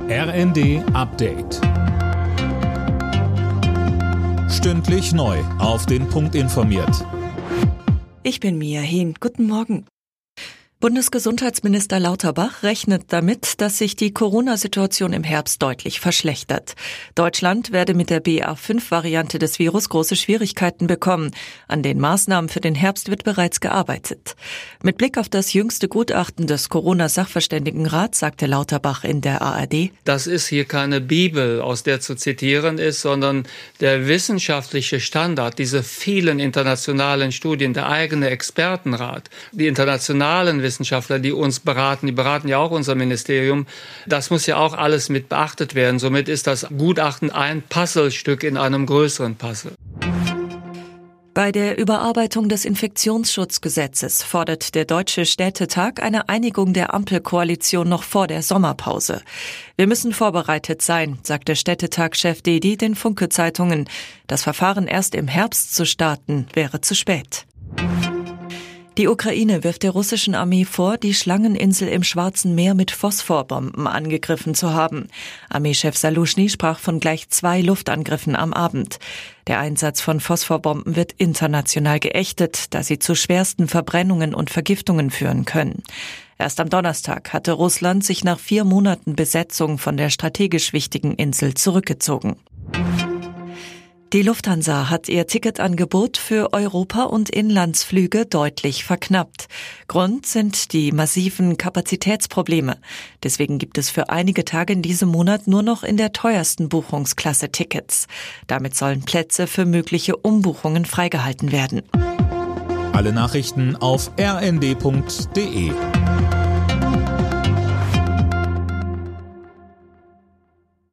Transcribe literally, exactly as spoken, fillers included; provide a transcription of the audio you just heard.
R N D Update. Stündlich neu auf den Punkt informiert. Ich bin Mia Hehn. Guten Morgen. Bundesgesundheitsminister Lauterbach rechnet damit, dass sich die Corona-Situation im Herbst deutlich verschlechtert. Deutschland werde mit der B A fünf Variante des Virus große Schwierigkeiten bekommen. An den Maßnahmen für den Herbst wird bereits gearbeitet. Mit Blick auf das jüngste Gutachten des Corona-Sachverständigenrats sagte Lauterbach in der A R D: Das ist hier keine Bibel, aus der zu zitieren ist, sondern der wissenschaftliche Standard, diese vielen internationalen Studien, der eigene Expertenrat, die internationalen Wissenschaftler, die uns beraten, die beraten ja auch unser Ministerium. Das muss ja auch alles mit beachtet werden. Somit ist das Gutachten ein Puzzlestück in einem größeren Puzzle. Bei der Überarbeitung des Infektionsschutzgesetzes fordert der Deutsche Städtetag eine Einigung der Ampelkoalition noch vor der Sommerpause. Wir müssen vorbereitet sein, sagte Städtetag-Chef Dedi den Funke-Zeitungen. Das Verfahren erst im Herbst zu starten, wäre zu spät. Die Ukraine wirft der russischen Armee vor, die Schlangeninsel im Schwarzen Meer mit Phosphorbomben angegriffen zu haben. Armeechef Saluschny sprach von gleich zwei Luftangriffen am Abend. Der Einsatz von Phosphorbomben wird international geächtet, da sie zu schwersten Verbrennungen und Vergiftungen führen können. Erst am Donnerstag hatte Russland sich nach vier Monaten Besetzung von der strategisch wichtigen Insel zurückgezogen. Die Lufthansa hat ihr Ticketangebot für Europa- und Inlandsflüge deutlich verknappt. Grund sind die massiven Kapazitätsprobleme. Deswegen gibt es für einige Tage in diesem Monat nur noch in der teuersten Buchungsklasse Tickets. Damit sollen Plätze für mögliche Umbuchungen freigehalten werden. Alle Nachrichten auf r n d punkt d e.